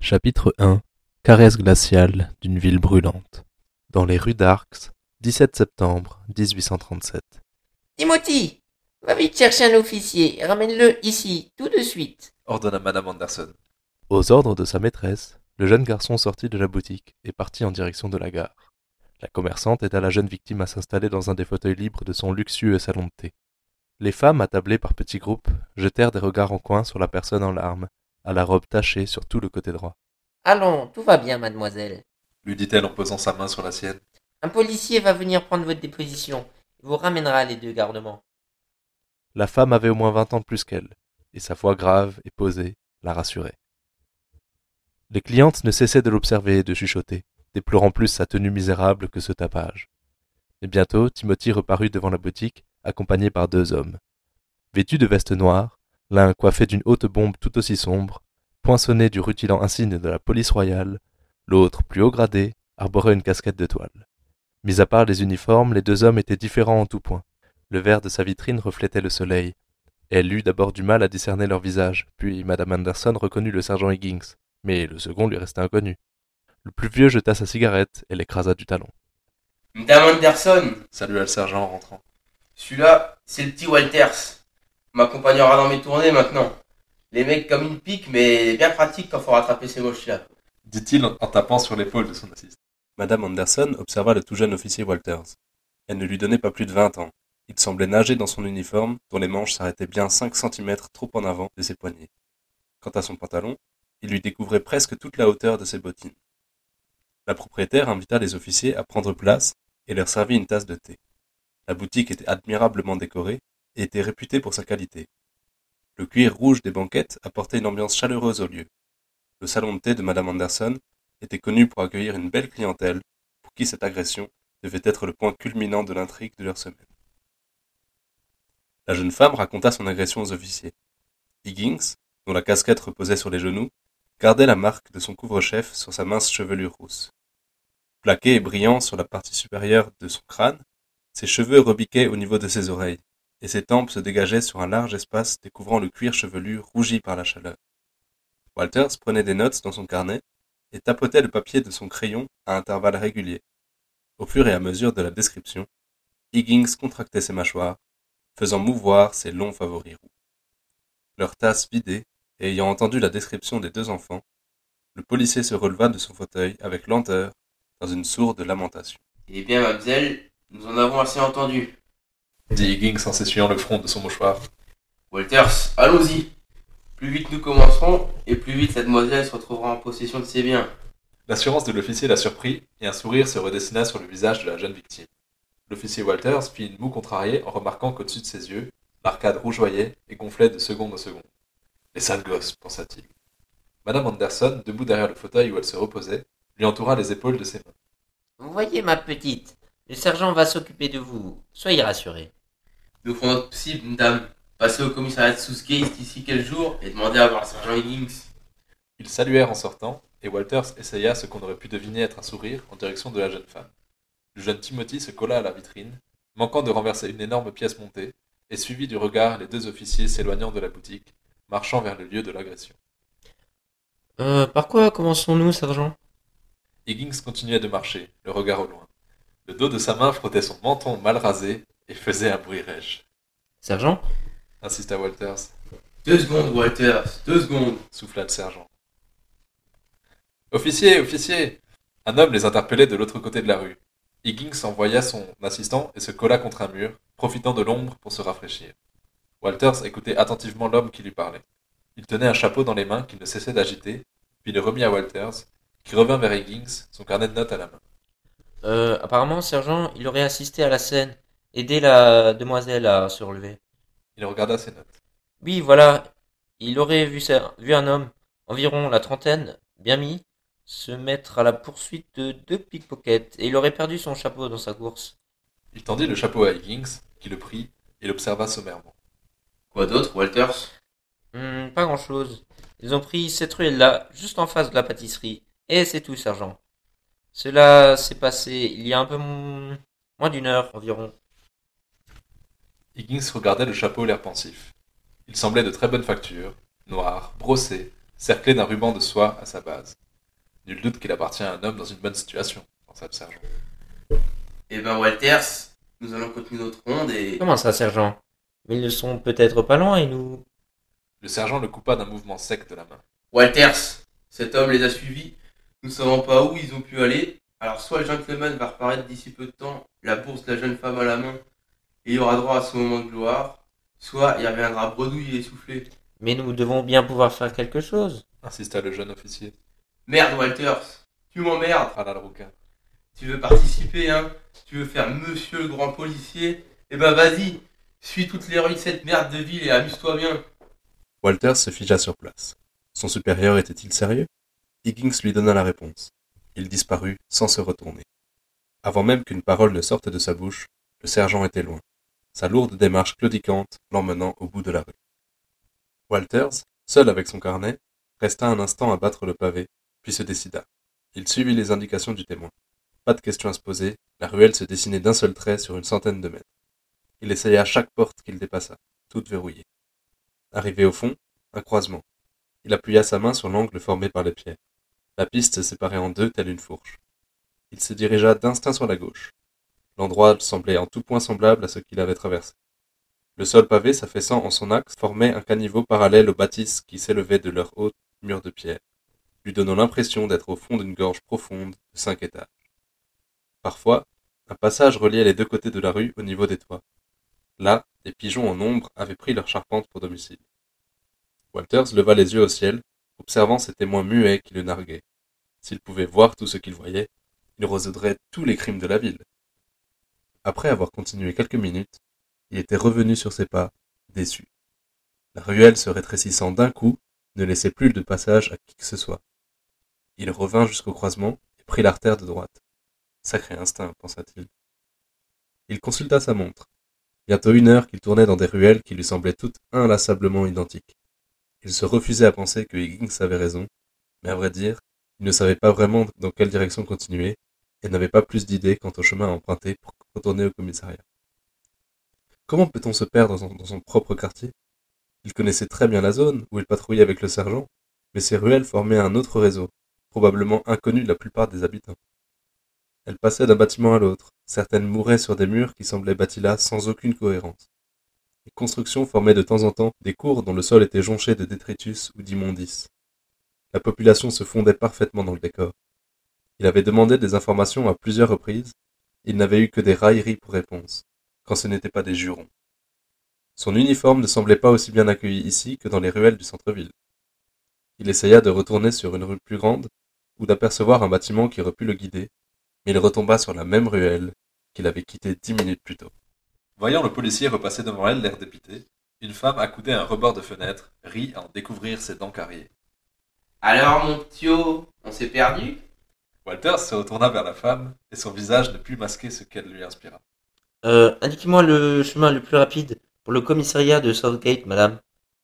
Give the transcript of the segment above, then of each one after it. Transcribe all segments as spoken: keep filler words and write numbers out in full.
Chapitre un. Caresse glaciale d'une ville brûlante. Dans les rues d'Arx, dix-sept septembre dix-huit cent trente-sept. Timothy, va vite chercher un officier et ramène-le ici, tout de suite. Ordonna madame Anderson. Aux ordres de sa maîtresse, le jeune garçon sortit de la boutique et partit en direction de la gare. La commerçante aida la jeune victime à s'installer dans un des fauteuils libres de son luxueux salon de thé. Les femmes, attablées par petits groupes, jetèrent des regards en coin sur la personne en larmes, à la robe tachée sur tout le côté droit. Allons, tout va bien, mademoiselle. Lui dit-elle en posant sa main sur la sienne. Un policier va venir prendre votre déposition. Il vous ramènera les deux gardements. La femme avait au moins vingt ans de plus qu'elle, et sa voix grave et posée la rassurait. Les clientes ne cessaient de l'observer et de chuchoter, déplorant plus sa tenue misérable que ce tapage. Mais bientôt, Timothy reparut devant la boutique, accompagné par deux hommes. Vêtus de vestes noires, l'un coiffé d'une haute bombe tout aussi sombre, poinçonné du rutilant insigne de la police royale, l'autre, plus haut gradé, arborait une casquette de toile. Mis à part les uniformes, les deux hommes étaient différents en tout point. Le verre de sa vitrine reflétait le soleil. Elle eut d'abord du mal à discerner leur visage, puis madame Anderson reconnut le sergent Higgins, mais le second lui restait inconnu. Le plus vieux jeta sa cigarette et l'écrasa du talon. Madame Anderson, Salua le sergent en rentrant. celui-là, c'est le petit Walters. M'accompagnera dans mes tournées maintenant. Les mecs comme une pique, mais bien pratique quand faut rattraper ces moches-là. Dit-il en en tapant sur l'épaule de son assistant. Madame Anderson observa le tout jeune officier Walters. Elle ne lui donnait pas plus de vingt ans. Il semblait nager dans son uniforme, dont les manches s'arrêtaient bien cinq centimètres trop en avant de ses poignets. Quant à son pantalon, il lui découvrait presque toute la hauteur de ses bottines. La propriétaire invita les officiers à prendre place et leur servit une tasse de thé. La boutique était admirablement décorée et était réputée pour sa qualité. Le cuir rouge des banquettes apportait une ambiance chaleureuse au lieu. Le salon de thé de Madame Anderson était connu pour accueillir une belle clientèle, pour qui cette agression devait être le point culminant de l'intrigue de leur semaine. La jeune femme raconta son agression aux officiers. Higgins, dont la casquette reposait sur les genoux, gardait la marque de son couvre-chef sur sa mince chevelure rousse. Plaqué et brillant sur la partie supérieure de son crâne, ses cheveux rebiquaient au niveau de ses oreilles, et ses tempes se dégageaient sur un large espace découvrant le cuir chevelu rougi par la chaleur. Walters prenait des notes dans son carnet et tapotait le papier de son crayon à intervalles réguliers. Au fur et à mesure de la description, Higgins contractait ses mâchoires, faisant mouvoir ses longs favoris roux. Leur tasse vidée, et ayant entendu la description des deux enfants, le policier se releva de son fauteuil avec lenteur, dans une sourde lamentation. Eh bien, mademoiselle, nous en avons assez entendu. Dit Higgins en s'essuyant le front de son mouchoir. Walters, allons-y. Plus vite nous commencerons, et plus vite la demoiselle se retrouvera en possession de ses biens. L'assurance de l'officier la surprit, et un sourire se redessina sur le visage de la jeune victime. L'officier Walters fit une moue contrariée en remarquant qu'au-dessus de ses yeux, l'arcade rougeoyait et gonflait de seconde en seconde. Les sales gosses, pensa-t-il. Madame Anderson, debout derrière le fauteuil où elle se reposait, lui entoura les épaules de ses mains. Vous voyez, ma petite, le sergent va s'occuper de vous. Soyez rassurés. Nous ferons notre possible, madame. Passez au commissariat de Southgate d'ici quelques jours et demandez à voir le sergent Higgins. Ils saluèrent en sortant, et Walters essaya ce qu'on aurait pu deviner être un sourire en direction de la jeune femme. Le jeune Timothy se colla à la vitrine, manquant de renverser une énorme pièce montée, et suivit du regard les deux officiers s'éloignant de la boutique, marchant vers le lieu de l'agression. Euh, par quoi commençons-nous, sergent? Higgins continuait de marcher, le regard au loin. Le dos de sa main frottait son menton mal rasé et faisait un bruit rêche. Sergent? Insista Walters, Deux secondes, Walters, deux secondes. souffla le sergent. Officier, officier! Un homme les interpellait de l'autre côté de la rue. Higgins envoya son assistant et se colla contre un mur, profitant de l'ombre pour se rafraîchir. Walters écoutait attentivement l'homme qui lui parlait. Il tenait un chapeau dans les mains qu'il ne cessait d'agiter, puis le remit à Walters, qui revint vers Higgins, son carnet de notes à la main. Euh, apparemment, sergent, il aurait assisté à la scène, aidé la demoiselle à se relever. Il regarda ses notes. Oui, voilà, il aurait vu, ça- vu un homme, environ la trentaine, bien mis, se mettre à la poursuite de deux pickpockets, et il aurait perdu son chapeau dans sa course. Il tendit le chapeau à Higgins, qui le prit et l'observa sommairement. Quoi d'autre, Walters? Hmm, pas grand-chose. Ils ont pris cette ruelle-là, juste en face de la pâtisserie, et c'est tout, sergent. Cela s'est passé il y a un peu mo- moins d'une heure environ. Higgins regardait le chapeau l'air pensif. Il semblait de très bonne facture, noir, brossé, cerclé d'un ruban de soie à sa base. Nul doute qu'il appartient à un homme dans une bonne situation, pensa le sergent. Eh ben Walters, nous allons continuer notre ronde et... Comment ça, sergent? Mais ils ne sont peut-être pas loin et nous... Le sergent le coupa d'un mouvement sec de la main. Walters, cet homme les a suivis. Nous ne savons pas où ils ont pu aller. Alors soit le gentleman va reparaître d'ici peu de temps, la bourse de la jeune femme à la main, et il aura droit à son moment de gloire, soit il reviendra bredouille et essoufflé. Mais nous devons bien pouvoir faire quelque chose. Insista le jeune officier. Merde Walters, tu m'emmerdes. Râla le rouquin. Tu veux participer, hein? Tu veux faire monsieur le grand policier? Eh ben vas-y, suis toutes les rues de cette merde de ville et amuse-toi bien. Walters se figea sur place. Son supérieur était-il sérieux? Higgins lui donna la réponse. Il disparut sans se retourner. Avant même qu'une parole ne sorte de sa bouche, le sergent était loin, sa lourde démarche claudiquante l'emmenant au bout de la rue. Walters, seul avec son carnet, resta un instant à battre le pavé, puis se décida. Il suivit les indications du témoin. Pas de questions à se poser, la ruelle se dessinait d'un seul trait sur une centaine de mètres. Il essaya chaque porte qu'il dépassa, toute verrouillée. Arrivé au fond, un croisement. Il appuya sa main sur l'angle formé par les pierres. La piste se séparait en deux telle une fourche. Il se dirigea d'instinct sur la gauche. L'endroit semblait en tout point semblable à ce qu'il avait traversé. Le sol pavé s'affaissant en son axe formait un caniveau parallèle aux bâtisses qui s'élevaient de leurs hauts murs de pierre, lui donnant l'impression d'être au fond d'une gorge profonde de cinq étages. Parfois, un passage reliait les deux côtés de la rue au niveau des toits. Là, des pigeons en nombre avaient pris leur charpente pour domicile. Walters leva les yeux au ciel, observant ces témoins muets qui le narguaient. S'il pouvait voir tout ce qu'il voyait, il résoudrait tous les crimes de la ville. Après avoir continué quelques minutes, il était revenu sur ses pas, déçu. La ruelle se rétrécissant d'un coup ne laissait plus de passage à qui que ce soit. Il revint jusqu'au croisement et prit l'artère de droite. Sacré instinct, pensa-t-il. Il consulta sa montre. Bientôt une heure qu'il tournait dans des ruelles qui lui semblaient toutes inlassablement identiques. Il se refusait à penser que Higgins avait raison, mais à vrai dire, il ne savait pas vraiment dans quelle direction continuer et n'avait pas plus d'idées quant au chemin à emprunter pour retourner au commissariat. Comment peut-on se perdre dans, dans son propre quartier? Il connaissait très bien la zone où il patrouillait avec le sergent, mais ces ruelles formaient un autre réseau, probablement inconnu de la plupart des habitants. Elles passaient d'un bâtiment à l'autre, certaines mouraient sur des murs qui semblaient bâtis là sans aucune cohérence. Les constructions formaient de temps en temps des cours dont le sol était jonché de détritus ou d'immondices. La population se fondait parfaitement dans le décor. Il avait demandé des informations à plusieurs reprises, il n'avait eu que des railleries pour réponse, quand ce n'était pas des jurons. Son uniforme ne semblait pas aussi bien accueilli ici que dans les ruelles du centre-ville. Il essaya de retourner sur une rue plus grande, ou d'apercevoir un bâtiment qui aurait pu le guider, mais il retomba sur la même ruelle qu'il avait quittée dix minutes plus tôt. Voyant le policier repasser devant elle, l'air dépité, une femme accoudée à un rebord de fenêtre rit à en découvrir ses dents carriées. « Alors mon ptio, on s'est perdu ?» Walters se retourna vers la femme, et son visage ne put masquer ce qu'elle lui inspira. Euh, indiquez-moi le chemin le plus rapide pour le commissariat de Southgate, madame.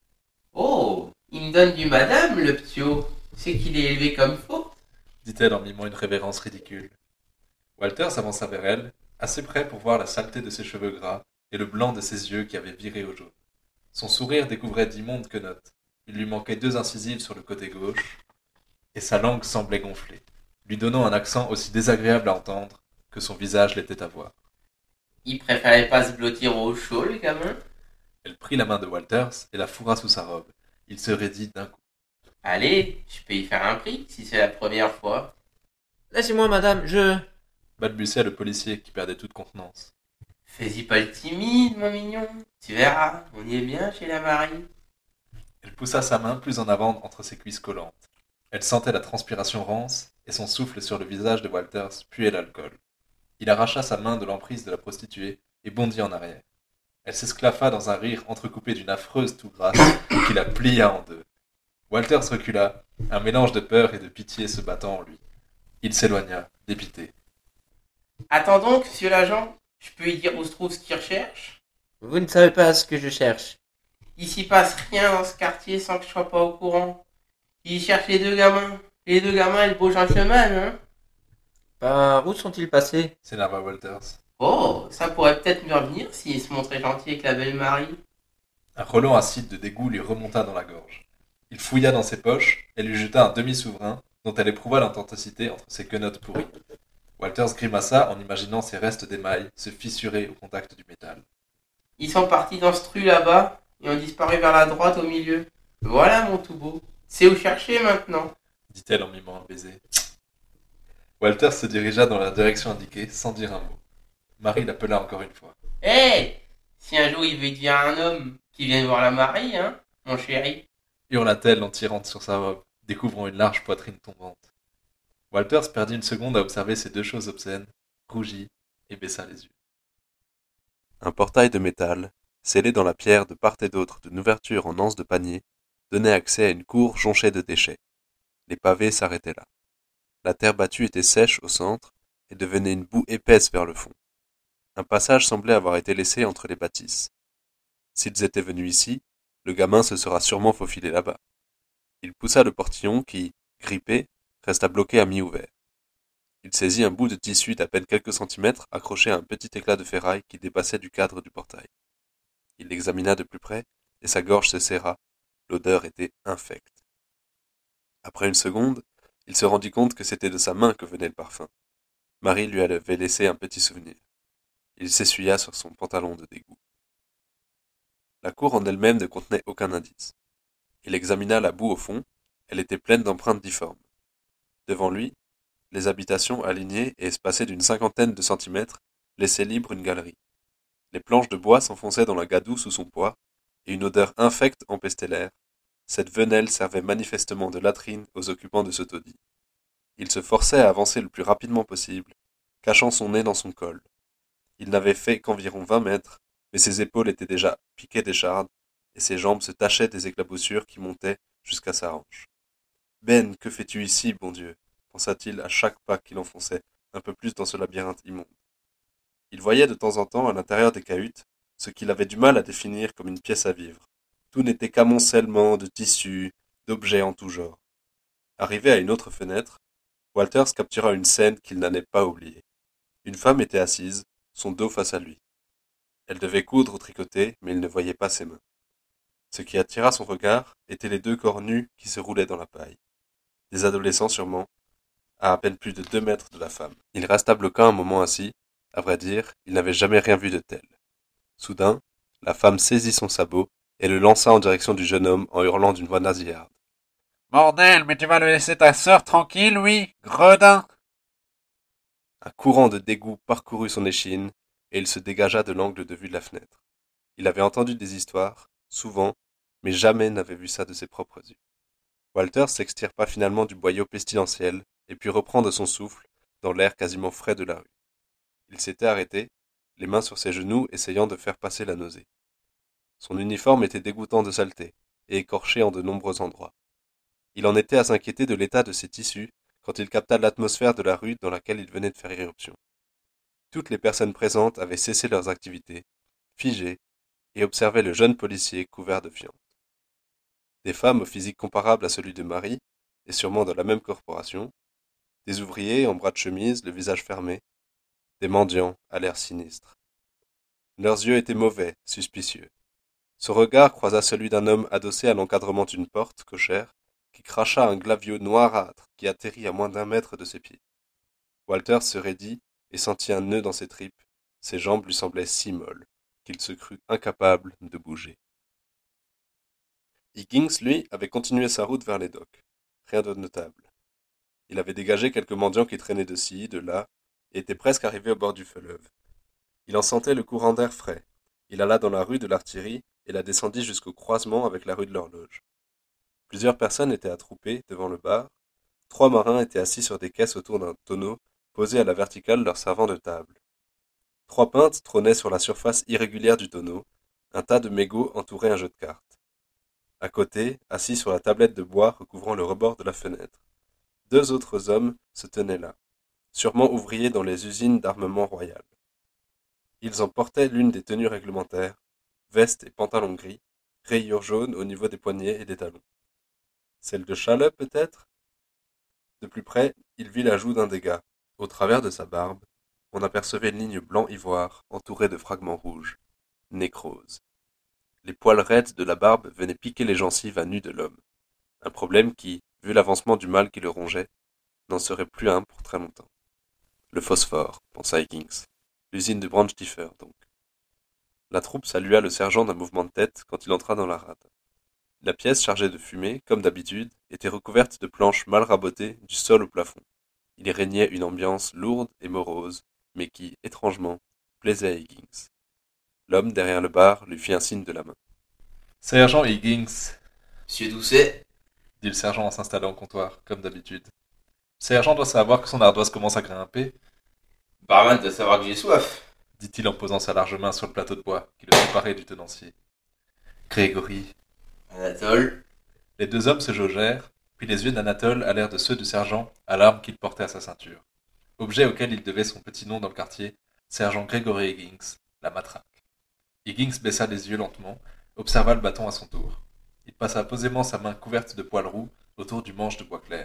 Oh, il me donne du madame, le ptio. C'est qu'il est élevé comme faux, dit-elle en mimant une révérence ridicule. Walters avança vers elle, assez près pour voir la saleté de ses cheveux gras et le blanc de ses yeux qui avaient viré au jaune. Son sourire découvrait d'immondes quenottes. Il lui manquait deux incisives sur le côté gauche, et sa langue semblait gonfler, lui donnant un accent aussi désagréable à entendre que son visage l'était à voir. Il préférait pas se blottir au chaud, le gamin. Elle prit la main de Walters et la fourra sous sa robe. Il se raidit d'un coup. Allez, je peux y faire un prix, si c'est la première fois. Laissez-moi, madame, je... balbutia le policier qui perdait toute contenance. Fais-y pas le timide, mon mignon. Tu verras, on y est bien chez la Marie. Elle poussa sa main plus en avant entre ses cuisses collantes. Elle sentait la transpiration rance et son souffle sur le visage de Walters puait l'alcool. Il arracha sa main de l'emprise de la prostituée et bondit en arrière. Elle s'esclaffa dans un rire entrecoupé d'une affreuse toux grasse qui la plia en deux. Walters recula, un mélange de peur et de pitié se battant en lui. Il s'éloigna, dépité. Attends donc, monsieur l'agent, je peux y dire où se trouve ce qu'il recherche? Vous ne savez pas ce que je cherche. Il s'y passe rien dans ce quartier sans que je sois pas au courant. Il cherche les deux gamins. Les deux gamins et le beau gentleman, hein? Par où sont-ils passés? S'énerva Walters. Oh, ça pourrait peut-être me revenir s'il se montrait gentil avec la belle Marie. Un relent acide de dégoût lui remonta dans la gorge. Il fouilla dans ses poches et lui jeta un demi-souverain dont elle éprouva l'intensité entre ses quenottes pourries. Walters grimaça en imaginant ces restes d'émail se fissurer au contact du métal. Ils sont partis dans ce trou là-bas et ont disparu vers la droite au milieu. Voilà mon tout beau. C'est où chercher maintenant, dit-elle en mimant un baiser. Walters se dirigea dans la direction indiquée sans dire un mot. Marie l'appela encore une fois. Hé hey, si un jour il veut devenir un homme, qu'il vienne voir la Marie, hein, mon chéri. Hurla-t-elle en tirant sur sa robe, découvrant une large poitrine tombante. Walters perdit une seconde à observer ces deux choses obscènes, rougit et baissa les yeux. Un portail de métal, scellé dans la pierre de part et d'autre d'une ouverture en anse de panier, donnait accès à une cour jonchée de déchets. Les pavés s'arrêtaient là. La terre battue était sèche au centre et devenait une boue épaisse vers le fond. Un passage semblait avoir été laissé entre les bâtisses. S'ils étaient venus ici, le gamin se sera sûrement faufilé là-bas. Il poussa le portillon qui, grippé, resta bloqué à mi-ouvert. Il saisit un bout de tissu d'à peine quelques centimètres accroché à un petit éclat de ferraille qui dépassait du cadre du portail. Il l'examina de plus près et sa gorge se serra. L'odeur était infecte. Après une seconde, il se rendit compte que c'était de sa main que venait le parfum. Marie lui avait laissé un petit souvenir. Il s'essuya sur son pantalon de dégoût. La cour en elle-même ne contenait aucun indice. Il examina la boue au fond, elle était pleine d'empreintes difformes. Devant lui, les habitations alignées et espacées d'une cinquantaine de centimètres laissaient libre une galerie. Les planches de bois s'enfonçaient dans la gadoue sous son poids, et une odeur infecte empestait l'air. Cette venelle servait manifestement de latrine aux occupants de ce taudis. Il se forçait à avancer le plus rapidement possible, cachant son nez dans son col. Il n'avait fait qu'environ vingt mètres, mais ses épaules étaient déjà piquées d'échardes, et ses jambes se tachaient des éclaboussures qui montaient jusqu'à sa hanche. « Ben, que fais-tu ici, bon Dieu ?» pensa-t-il à chaque pas qu'il enfonçait un peu plus dans ce labyrinthe immonde. Il voyait de temps en temps à l'intérieur des cahutes ce qu'il avait du mal à définir comme une pièce à vivre. Tout n'était qu'amoncellement de tissus, d'objets en tout genre. Arrivé à une autre fenêtre, Walters captura une scène qu'il n'allait pas oublier. Une femme était assise, son dos face à lui. Elle devait coudre ou tricoter, mais il ne voyait pas ses mains. Ce qui attira son regard étaient les deux corps nus qui se roulaient dans la paille. Des adolescents sûrement, à à peine plus de deux mètres de la femme. Il resta bloqué un moment assis. À vrai dire, il n'avait jamais rien vu de tel. Soudain, la femme saisit son sabot et le lança en direction du jeune homme en hurlant d'une voix nasillarde. « Bordel, mais tu vas le laisser ta sœur tranquille, oui, gredin !» Un courant de dégoût parcourut son échine et il se dégagea de l'angle de vue de la fenêtre. Il avait entendu des histoires, souvent, mais jamais n'avait vu ça de ses propres yeux. Walters s'extirpa finalement du boyau pestilentiel et put reprendre son souffle dans l'air quasiment frais de la rue. Il s'était arrêté, les mains sur ses genoux, essayant de faire passer la nausée. Son uniforme était dégoûtant de saleté et écorché en de nombreux endroits. Il en était à s'inquiéter de l'état de ses tissus quand il capta l'atmosphère de la rue dans laquelle il venait de faire irruption. Toutes les personnes présentes avaient cessé leurs activités, figées, et observaient le jeune policier couvert de fientes. Des femmes au physique comparable à celui de Marie, et sûrement de la même corporation, des ouvriers en bras de chemise, le visage fermé, des mendiants à l'air sinistre. Leurs yeux étaient mauvais, suspicieux. Son regard croisa celui d'un homme adossé à l'encadrement d'une porte cochère, qui cracha un glavio noirâtre qui atterrit à moins d'un mètre de ses pieds. Walter se raidit et sentit un nœud dans ses tripes. Ses jambes lui semblaient si molles qu'il se crut incapable de bouger. Higgins, lui, avait continué sa route vers les docks. Rien de notable. Il avait dégagé quelques mendiants qui traînaient de ci, de là, et était presque arrivé au bord du fleuve. Il en sentait le courant d'air frais. Il alla dans la rue de l'Artillerie et la descendit jusqu'au croisement avec la rue de l'Horloge. Plusieurs personnes étaient attroupées devant le bar. Trois marins étaient assis sur des caisses autour d'un tonneau posé à la verticale leur servant de table. Trois pintes trônaient sur la surface irrégulière du tonneau. Un tas de mégots entourait un jeu de cartes. À côté, assis sur la tablette de bois recouvrant le rebord de la fenêtre, deux autres hommes se tenaient là, sûrement ouvriers dans les usines d'armement royal. Ils en portaient l'une des tenues réglementaires, veste et pantalon gris, rayures jaunes au niveau des poignets et des talons. Celle de Chalet, peut-être ? De plus près, il vit la joue d'un des gars. Au travers de sa barbe, on apercevait une ligne blanc-ivoire entourée de fragments rouges. Nécrose. Les poils raides de la barbe venaient piquer les gencives à nu de l'homme. Un problème qui, vu l'avancement du mal qui le rongeait, n'en serait plus un pour très longtemps. Le phosphore, pensa Higgins. L'usine de Brandstifer, donc. La troupe salua le sergent d'un mouvement de tête quand il entra dans la rade. La pièce chargée de fumée, comme d'habitude, était recouverte de planches mal rabotées du sol au plafond. Il y régnait une ambiance lourde et morose, mais qui, étrangement, plaisait à Higgins. L'homme derrière le bar lui fit un signe de la main. « Sergent Higgins !» Monsieur Doucet, dit le sergent en s'installant au comptoir, comme d'habitude. Le sergent doit savoir que son ardoise commence à grimper, barman doit savoir que j'ai soif. dit-il en posant sa large main sur le plateau de bois qui le séparait du tenancier. Grégory. Anatole, Les deux hommes se jaugèrent, puis les yeux d'Anatole allèrent de ceux du sergent à l'arme qu'il portait à sa ceinture. Objet auquel il devait son petit nom dans le quartier, sergent Grégory Higgins, la matraque. Higgins baissa les yeux lentement, observa le bâton à son tour. Il passa posément sa main couverte de poils roux autour du manche de bois clair.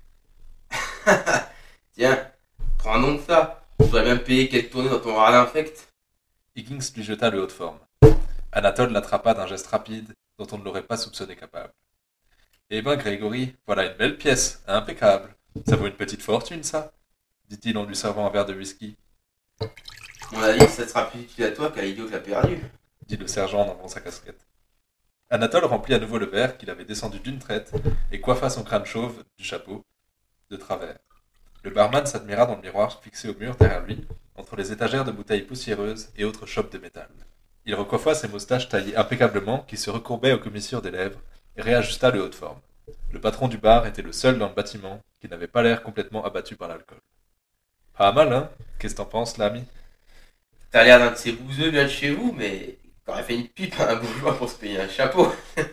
tiens, prends donc ça. Je voudrais bien me payer quelques tournées dans ton radin infect. Higgins lui jeta le haut de forme. Anatole l'attrapa d'un geste rapide dont on ne l'aurait pas soupçonné capable. Eh ben, Grégory, voilà une belle pièce, impeccable. Ça vaut une petite fortune, ça, dit-il en lui servant un verre de whisky. Mon avis, ça sera plus utile à toi qu'à l'idiot qui l'a perdu, dit le sergent en enlevant sa casquette. Anatole remplit à nouveau le verre qu'il avait descendu d'une traite et coiffa son crâne chauve du chapeau de travers. Le barman s'admira dans le miroir fixé au mur derrière lui, entre les étagères de bouteilles poussiéreuses et autres chopes de métal. Il recoiffa ses moustaches taillées impeccablement qui se recourbaient aux commissures des lèvres et réajusta le haut de forme. Le patron du bar était le seul dans le bâtiment qui n'avait pas l'air complètement abattu par l'alcool. Pas mal, hein? Qu'est-ce que t'en penses, l'ami? T'as l'air d'un de ces bouseux bien de chez vous, mais t'aurais fait une pipe à un bourgeois pour se payer un chapeau.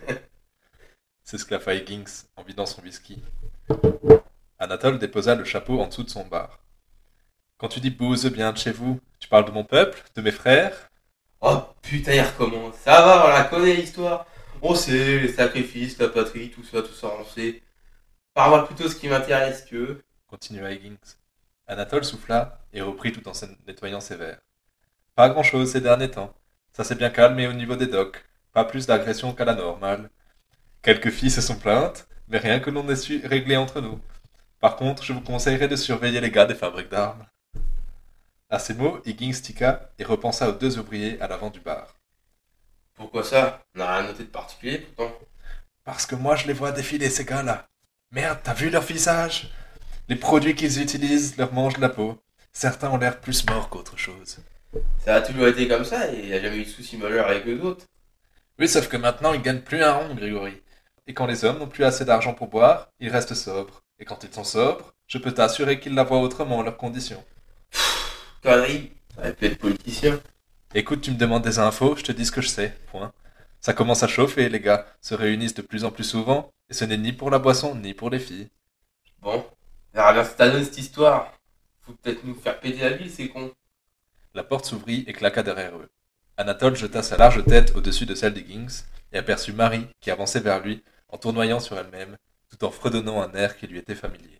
s'esclaffa Higgins en vidant son whisky. Anatole déposa le chapeau en dessous de son bar. Quand tu dis bouseux bien de chez vous, tu parles de mon peuple, de mes frères? Oh putain, il recommence. Ça va, on la connaît l'histoire. On sait, les sacrifices, la patrie, tout ça, tout ça, on sait. Parle-moi plutôt ce qui m'intéresse, tu veux. Continua Higgins. Anatole souffla et reprit tout en se nettoyant ses verres. Pas grand-chose ces derniers temps. Ça s'est bien calmé au niveau des docks. Pas plus d'agressions qu'à la normale. Quelques filles se sont plaintes, mais rien que l'on ait su régler entre nous. Par contre, je vous conseillerais de surveiller les gars des fabriques d'armes. À ces mots, Higgins ticka et repensa aux deux ouvriers à l'avant du bar. Pourquoi ça? On n'a rien noté de particulier, pourtant. Parce que moi je les vois défiler ces gars-là. Merde, t'as vu leur visage? Les produits qu'ils utilisent leur mangent la peau. Certains ont l'air plus morts qu'autre chose. Ça a toujours été comme ça et il n'y a jamais eu de soucis majeurs avec eux autres. Oui, sauf que maintenant ils gagnent plus un rond, Grégory. Et quand les hommes n'ont plus assez d'argent pour boire, ils restent sobres. Et quand ils sont sobres, je peux t'assurer qu'ils la voient autrement, leurs conditions. Connerie, ça aurait pu être politicien. Écoute, tu me demandes des infos, je te dis ce que je sais, point. Ça commence à chauffer, les gars, se réunissent de plus en plus souvent, et ce n'est ni pour la boisson, ni pour les filles. Bon, on verra bien si ça donne cette histoire. Faut peut-être nous faire péter la ville, c'est con. La porte s'ouvrit et claqua derrière eux. Anatole jeta sa large tête au-dessus de celle d'Higgins et aperçut Marie qui avançait vers lui en tournoyant sur elle-même, tout en fredonnant un air qui lui était familier.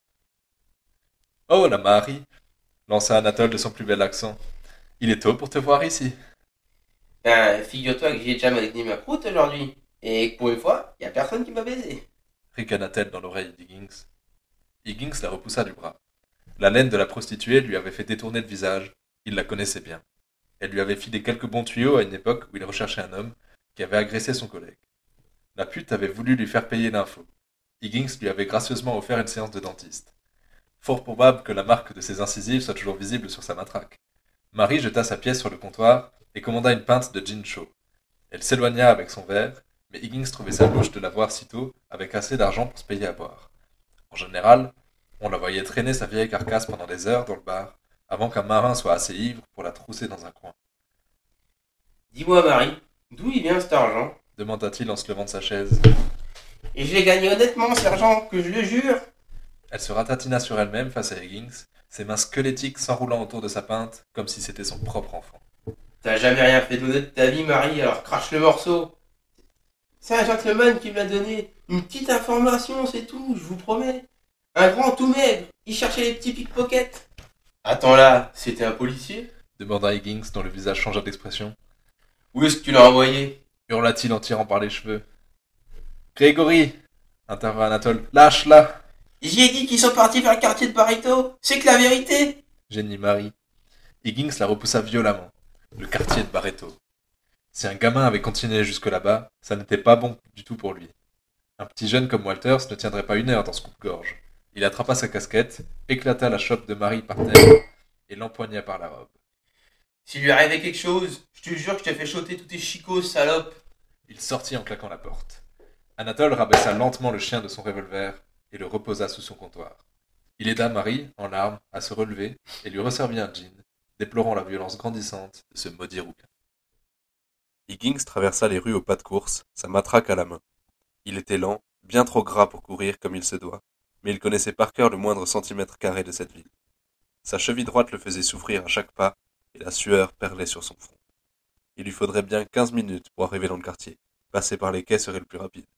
« Oh, la Marie !» lança Anatole de son plus bel accent. « Il est tôt pour te voir ici. » Ben, figure-toi que j'ai déjà magné ma croûte aujourd'hui. Et que pour une fois, y a personne qui m'a baisé. Ricana-t-elle dans l'oreille d'Higgins. Higgins la repoussa du bras. La laine de la prostituée lui avait fait détourner le visage. Il la connaissait bien. Elle lui avait filé quelques bons tuyaux à une époque où il recherchait un homme qui avait agressé son collègue. La pute avait voulu lui faire payer l'info. Higgins lui avait gracieusement offert une séance de dentiste. Fort probable que la marque de ses incisives soit toujours visible sur sa matraque. Marie jeta sa pièce sur le comptoir et commanda une pinte de gin chaud. Elle s'éloigna avec son verre, mais Higgins trouvait ça louche de la voir si tôt avec assez d'argent pour se payer à boire. En général, on la voyait traîner sa vieille carcasse pendant des heures dans le bar, avant qu'un marin soit assez ivre pour la trousser dans un coin. « Dis-moi, Marie, d'où il vient cet argent ?» demanda-t-il en se levant de sa chaise. « Et je l'ai gagné honnêtement, sergent, que je le jure !» Elle se ratatina sur elle-même face à Higgins, ses mains squelettiques s'enroulant autour de sa pinte, comme si c'était son propre enfant. « T'as jamais rien fait d'honnête de ta vie, Marie, alors crache le morceau !»« C'est un gentleman qui me l'a donné, une petite information, c'est tout, je vous promets. Un grand tout maigre, il cherchait les petits pickpockets. » « Attends là, c'était un policier ?» demanda Higgins, dont le visage changea d'expression. « Où est-ce que tu l'as envoyé ?» hurla-t-il en tirant par les cheveux. « Grégory !» intervint Anatole. Lâche-la! J'y ai dit qu'ils sont partis vers le quartier de Barreto. C'est que la vérité. Génie Marie. Higgins la repoussa violemment. Le quartier de Barreto. Si un gamin avait continué jusque là-bas, ça n'était pas bon du tout pour lui. Un petit jeune comme Walters ne tiendrait pas une heure dans ce coupe-gorge. Il attrapa sa casquette, éclata la chope de Marie par terre et l'empoigna par la robe. S'il lui arrivait quelque chose, je te jure que je te fais sauter tous tes chicots, salope. Il sortit en claquant la porte. Anatole rabaissa lentement le chien de son revolver et le reposa sous son comptoir. Il aida Marie, en larmes, à se relever et lui resservit un gin, déplorant la violence grandissante de ce maudit rouquin. Higgins traversa les rues au pas de course, sa matraque à la main. Il était lent, bien trop gras pour courir comme il se doit, mais il connaissait par cœur le moindre centimètre carré de cette ville. Sa cheville droite le faisait souffrir à chaque pas, et la sueur perlait sur son front. Il lui faudrait bien quinze minutes pour arriver dans le quartier. Passer par les quais serait le plus rapide.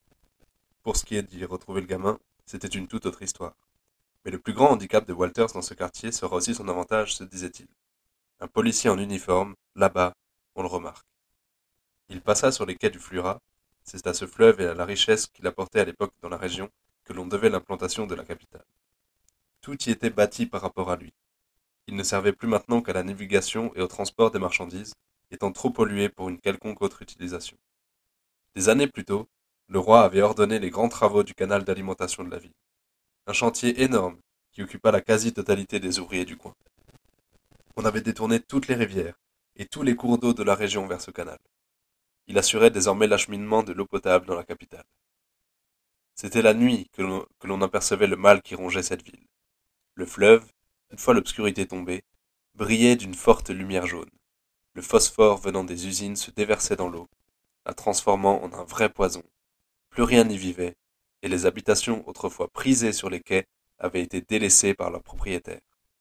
Pour ce qui est d'y retrouver le gamin, c'était une toute autre histoire. Mais le plus grand handicap de Walters dans ce quartier sera aussi son avantage, se disait-il. Un policier en uniforme, là-bas, on le remarque. Il passa sur les quais du Flurat. C'est à ce fleuve et à la richesse qu'il apportait à l'époque dans la région que l'on devait l'implantation de la capitale. Tout y était bâti par rapport à lui. Il ne servait plus maintenant qu'à la navigation et au transport des marchandises, étant trop pollué pour une quelconque autre utilisation. Des années plus tôt, le roi avait ordonné les grands travaux du canal d'alimentation de la ville. Un chantier énorme qui occupa la quasi-totalité des ouvriers du coin. On avait détourné toutes les rivières et tous les cours d'eau de la région vers ce canal. Il assurait désormais l'acheminement de l'eau potable dans la capitale. C'était la nuit que l'on, que l'on apercevait le mal qui rongeait cette ville. Le fleuve, une fois l'obscurité tombée, brillait d'une forte lumière jaune. Le phosphore venant des usines se déversait dans l'eau, la transformant en un vrai poison. Plus rien n'y vivait, et les habitations autrefois prisées sur les quais avaient été délaissées par leurs propriétaires.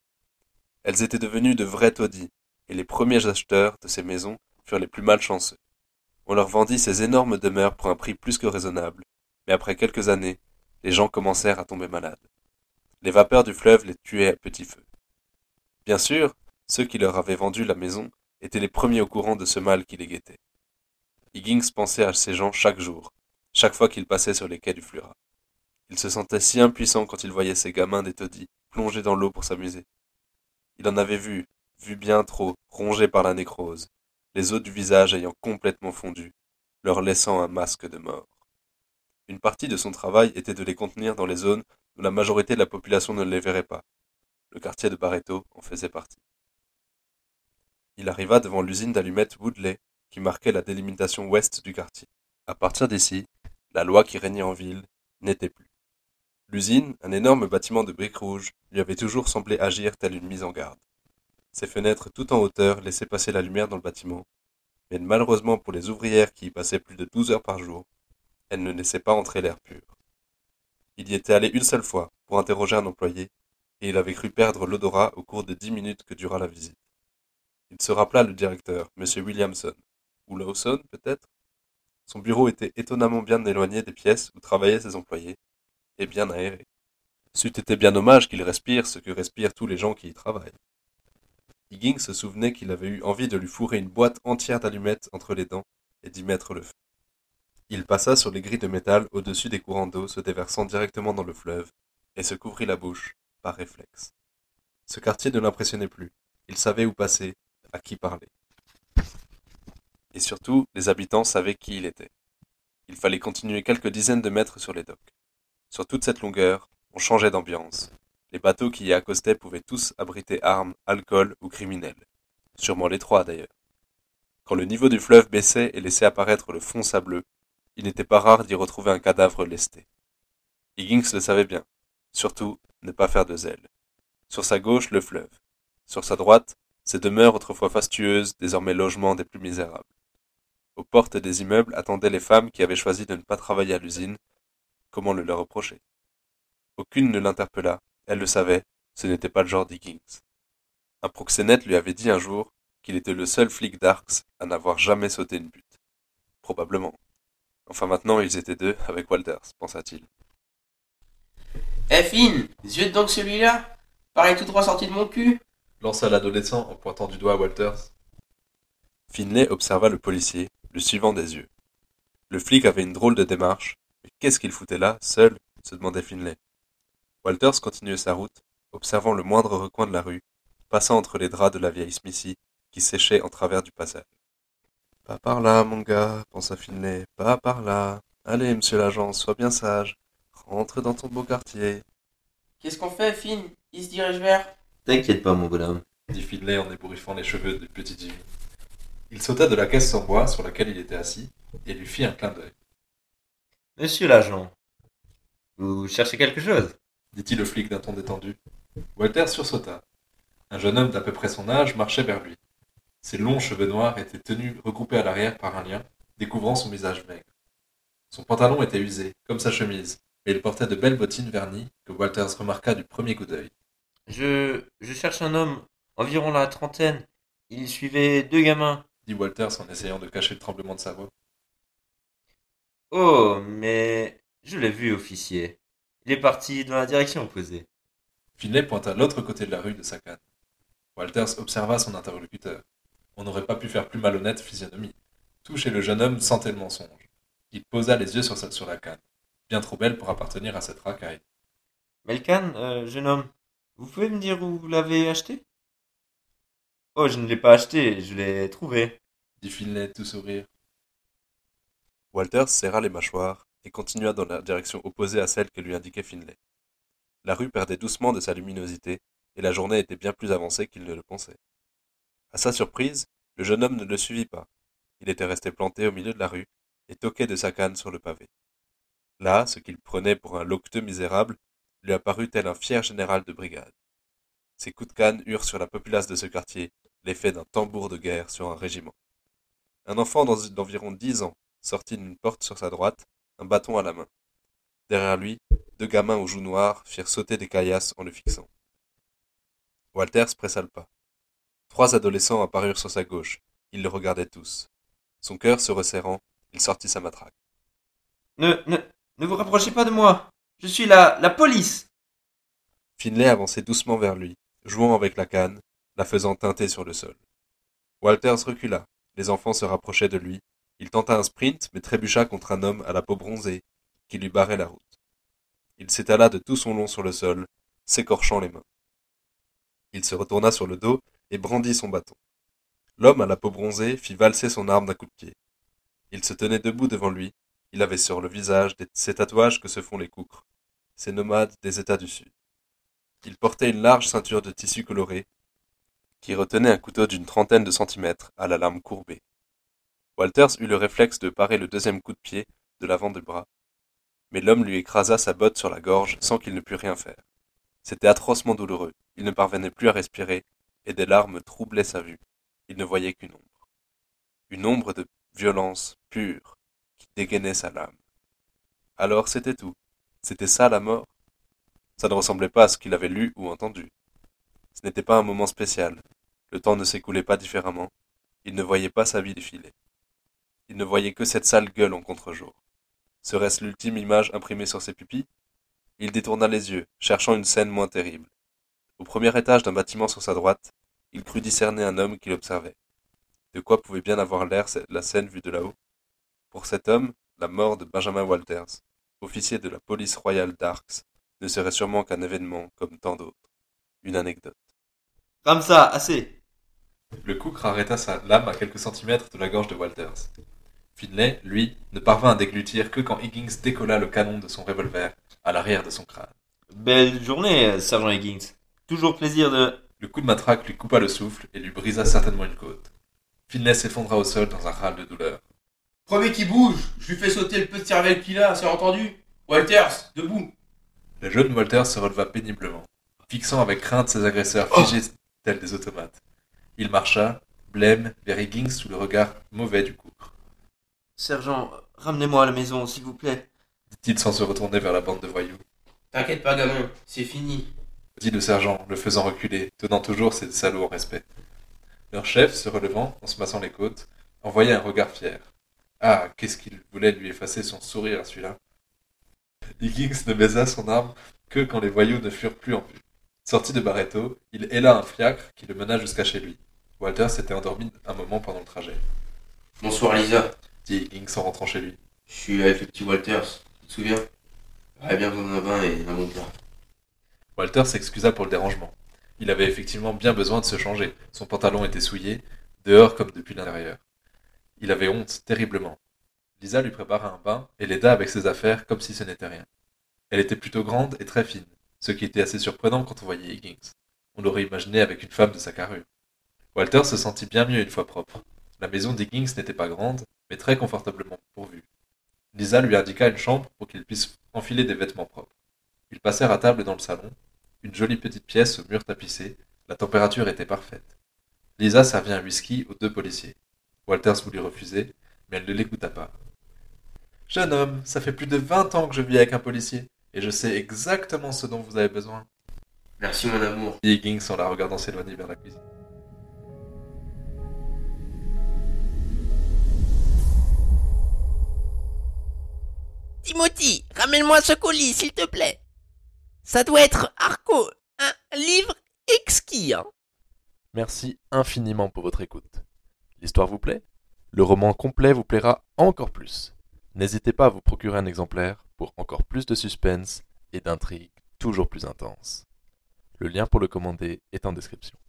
Elles étaient devenues de vrais taudis, et les premiers acheteurs de ces maisons furent les plus malchanceux. On leur vendit ces énormes demeures pour un prix plus que raisonnable, mais après quelques années, les gens commencèrent à tomber malades. Les vapeurs du fleuve les tuaient à petit feu. Bien sûr, ceux qui leur avaient vendu la maison étaient les premiers au courant de ce mal qui les guettait. Higgins pensait à ces gens chaque jour, chaque fois qu'il passait sur les quais du Flurat. Il se sentait si impuissant quand il voyait ces gamins des taudis plongés dans l'eau pour s'amuser. Il en avait vu, vu bien trop, rongés par la nécrose, les os du visage ayant complètement fondu, leur laissant un masque de mort. Une partie de son travail était de les contenir dans les zones où la majorité de la population ne les verrait pas. Le quartier de Barreto en faisait partie. Il arriva devant l'usine d'allumettes Woodley qui marquait la délimitation ouest du quartier. À partir d'ici, la loi qui régnait en ville n'était plus. L'usine, un énorme bâtiment de briques rouges, lui avait toujours semblé agir telle une mise en garde. Ses fenêtres tout en hauteur laissaient passer la lumière dans le bâtiment, mais malheureusement pour les ouvrières qui y passaient plus de douze heures par jour, elle ne laissait pas entrer l'air pur. Il y était allé une seule fois pour interroger un employé, et il avait cru perdre l'odorat au cours des dix minutes que dura la visite. Il se rappela le directeur, M. Williamson, ou Lawson peut-être. Son bureau était étonnamment bien éloigné des pièces où travaillaient ses employés, et bien aéré. C'eût été bien dommage qu'il respire ce que respirent tous les gens qui y travaillent. Higgins se souvenait qu'il avait eu envie de lui fourrer une boîte entière d'allumettes entre les dents et d'y mettre le feu. Il passa sur les grilles de métal au-dessus des courants d'eau se déversant directement dans le fleuve, et se couvrit la bouche, par réflexe. Ce quartier ne l'impressionnait plus. Il savait où passer, à qui parler. Et surtout, les habitants savaient qui il était. Il fallait continuer quelques dizaines de mètres sur les docks. Sur toute cette longueur, on changeait d'ambiance. Les bateaux qui y accostaient pouvaient tous abriter armes, alcool ou criminels. Sûrement les trois, d'ailleurs. Quand le niveau du fleuve baissait et laissait apparaître le fond sableux, il n'était pas rare d'y retrouver un cadavre lesté. Higgins le savait bien. Surtout, ne pas faire de zèle. Sur sa gauche, le fleuve. Sur sa droite, ces demeures autrefois fastueuses, désormais logements des plus misérables. Aux portes des immeubles attendaient les femmes qui avaient choisi de ne pas travailler à l'usine. Comment le leur reprocher? Aucune ne l'interpella. Elle le savait, ce n'était pas le genre d'Higgins. Un proxénète lui avait dit un jour qu'il était le seul flic d'Arcs à n'avoir jamais sauté une butte. Probablement. Enfin maintenant ils étaient deux avec Walters, pensa-t-il. Eh Finn, yeux dedans que celui-là? Pareil tout droit sorti de mon cul. Lança l'adolescent en pointant du doigt Walters. Finlay observa le policier, le suivant des yeux. Le flic avait une drôle de démarche, mais Qu'est-ce qu'il foutait là, seul, se demandait Finlay. Walters continuait sa route, observant le moindre recoin de la rue, passant entre les draps de la vieille Smithy, qui séchait en travers du passage. « Pas par là, mon gars, pensa Finlay, pas par là. Allez, monsieur l'agent, sois bien sage. Rentre dans ton beau quartier. » Qu'est-ce qu'on fait, Finn? Il se dirige vers... T'inquiète pas, mon bonhomme. Dit Finlay en ébouriffant les cheveux du petit Jimmy. Il sauta de la caisse en bois sur laquelle il était assis et lui fit un clin d'œil. Monsieur l'agent, vous cherchez quelque chose? Dit-il au flic d'un ton détendu. Walter sursauta. Un jeune homme d'à peu près son âge marchait vers lui. Ses longs cheveux noirs étaient tenus regroupés à l'arrière par un lien, découvrant son visage maigre. Son pantalon était usé, comme sa chemise, mais il portait de belles bottines vernies que Walters remarqua du premier coup d'œil. Je... je cherche un homme, environ la trentaine. Il suivait deux gamins. Dit Walters en essayant de cacher le tremblement de sa voix. Oh, mais... je l'ai vu, officier. Il est parti dans la direction opposée. Finlay pointa l'autre côté de la rue de sa canne. Walters observa son interlocuteur. On n'aurait pas pu faire plus malhonnête physionomie. Tout chez le jeune homme sentait le mensonge. Il posa les yeux sur, sa, sur la canne, bien trop belle pour appartenir à cette racaille. Melkan, euh, jeune homme, vous pouvez me dire où vous l'avez acheté? Oh, je ne l'ai pas acheté, je l'ai trouvé. Dit Finlay tout sourire. Walters serra les mâchoires et continua dans la direction opposée à celle que lui indiquait Finlay. La rue perdait doucement de sa luminosité et la journée était bien plus avancée qu'il ne le pensait. À sa surprise, le jeune homme ne le suivit pas. Il était resté planté au milieu de la rue et toquait de sa canne sur le pavé. Là, ce qu'il prenait pour un loqueteux misérable lui apparut tel un fier général de brigade. Ses coups de canne eurent sur la populace de ce quartier l'effet d'un tambour de guerre sur un régiment. Un enfant d'environ dix ans sortit d'une porte sur sa droite, un bâton à la main. Derrière lui, deux gamins aux joues noires firent sauter des caillasses en le fixant. Walters pressa le pas. Trois adolescents apparurent sur sa gauche. Ils le regardaient tous. Son cœur se resserrant, il sortit sa matraque. Ne, ne, ne vous rapprochez pas de moi. Je suis la, la police. Finlay avançait doucement vers lui, jouant avec la canne, la faisant teinter sur le sol. Walters recula. Les enfants se rapprochaient de lui. Il tenta un sprint, mais trébucha contre un homme à la peau bronzée, qui lui barrait la route. Il s'étala de tout son long sur le sol, s'écorchant les mains. Il se retourna sur le dos et brandit son bâton. L'homme à la peau bronzée fit valser son arme d'un coup de pied. Il se tenait debout devant lui. Il avait sur le visage des, ces tatouages que se font les coucres, ces nomades des États du Sud. Il portait une large ceinture de tissu coloré qui retenait un couteau d'une trentaine de centimètres à la lame courbée. Walters eut le réflexe de parer le deuxième coup de pied de l'avant du bras, mais l'homme lui écrasa sa botte sur la gorge sans qu'il ne pût rien faire. C'était atrocement douloureux, il ne parvenait plus à respirer, et des larmes troublaient sa vue. Il ne voyait qu'une ombre. Une ombre de violence pure qui dégainait sa lame. Alors c'était tout. C'était ça la mort. Ça ne ressemblait pas à ce qu'il avait lu ou entendu. Ce n'était pas un moment spécial. Le temps ne s'écoulait pas différemment. Il ne voyait pas sa vie défiler. Il ne voyait que cette sale gueule en contre-jour. Serait-ce l'ultime image imprimée sur ses pupilles? Il détourna les yeux, cherchant une scène moins terrible. Au premier étage d'un bâtiment sur sa droite, il crut discerner un homme qui l'observait. De quoi pouvait bien avoir l'air la scène vue de là-haut? Pour cet homme, la mort de Benjamin Walters, officier de la police royale d'Arcs, ne serait sûrement qu'un événement comme tant d'autres. Une anecdote. Ramsa, assez. Le coucre arrêta sa lame à quelques centimètres de la gorge de Walters. Finlay, lui, ne parvint à déglutir que quand Higgins décolla le canon de son revolver à l'arrière de son crâne. Belle journée, sergent Higgins. Toujours plaisir de... Le coup de matraque lui coupa le souffle et lui brisa certainement une côte. Finlay s'effondra au sol dans un râle de douleur. Premier qui bouge, je lui fais sauter le petit cervelle qu'il a, c'est entendu? Walters, debout. Le jeune Walters se releva péniblement, fixant avec crainte ses agresseurs figés tels des automates. Il marcha, blême, vers Higgins sous le regard mauvais du coucre. Sergent, ramenez-moi à la maison, s'il vous plaît. Dit-il sans se retourner vers la bande de voyous. T'inquiète pas, gamin, c'est fini. Dit le sergent, le faisant reculer, tenant toujours ses salauds en respect. Leur chef, se relevant, en se massant les côtes, envoya un regard fier. Ah, qu'est-ce qu'il voulait lui effacer son sourire à celui-là. Higgins ne baisa son arme que quand les voyous ne furent plus en vue. Sorti de Barreto, il héla un fiacre qui le mena jusqu'à chez lui. Walter s'était endormi un moment pendant le trajet. Bonsoir Lisa, Dit Higgins en rentrant chez lui. je suis avec le petit Walters. te souviens? J'aurais bien besoin d'un bain et d'un bon plat. Walter s'excusa pour le dérangement. Il avait effectivement bien besoin de se changer. Son pantalon était souillé, dehors comme depuis l'intérieur. Il avait honte, terriblement. Lisa lui prépara un bain et l'aida avec ses affaires comme si ce n'était rien. Elle était plutôt grande et très fine, ce qui était assez surprenant quand on voyait Higgins. On l'aurait imaginé avec une femme de sa carrure. Walter se sentit bien mieux une fois propre. La maison d'Higgins n'était pas grande, mais très confortablement pourvue. Lisa lui indiqua une chambre pour qu'il puisse enfiler des vêtements propres. Ils passèrent à table dans le salon, une jolie petite pièce aux murs tapissés, la température était parfaite. Lisa servit un whisky aux deux policiers. Walters voulut refuser, mais elle ne l'écouta pas. « Jeune homme, ça fait plus de vingt ans que je vis avec un policier, et je sais exactement ce dont vous avez besoin. » Merci mon amour. dit Higgins en la regardant s'éloigner vers la cuisine. Timothy, ramène-moi ce colis, s'il te plaît. Ça doit être Arco, un livre exquis, hein. Merci infiniment pour votre écoute. L'histoire vous plaît? Le roman complet vous plaira encore plus. N'hésitez pas à vous procurer un exemplaire pour encore plus de suspense et d'intrigues toujours plus intenses. Le lien pour le commander est en description.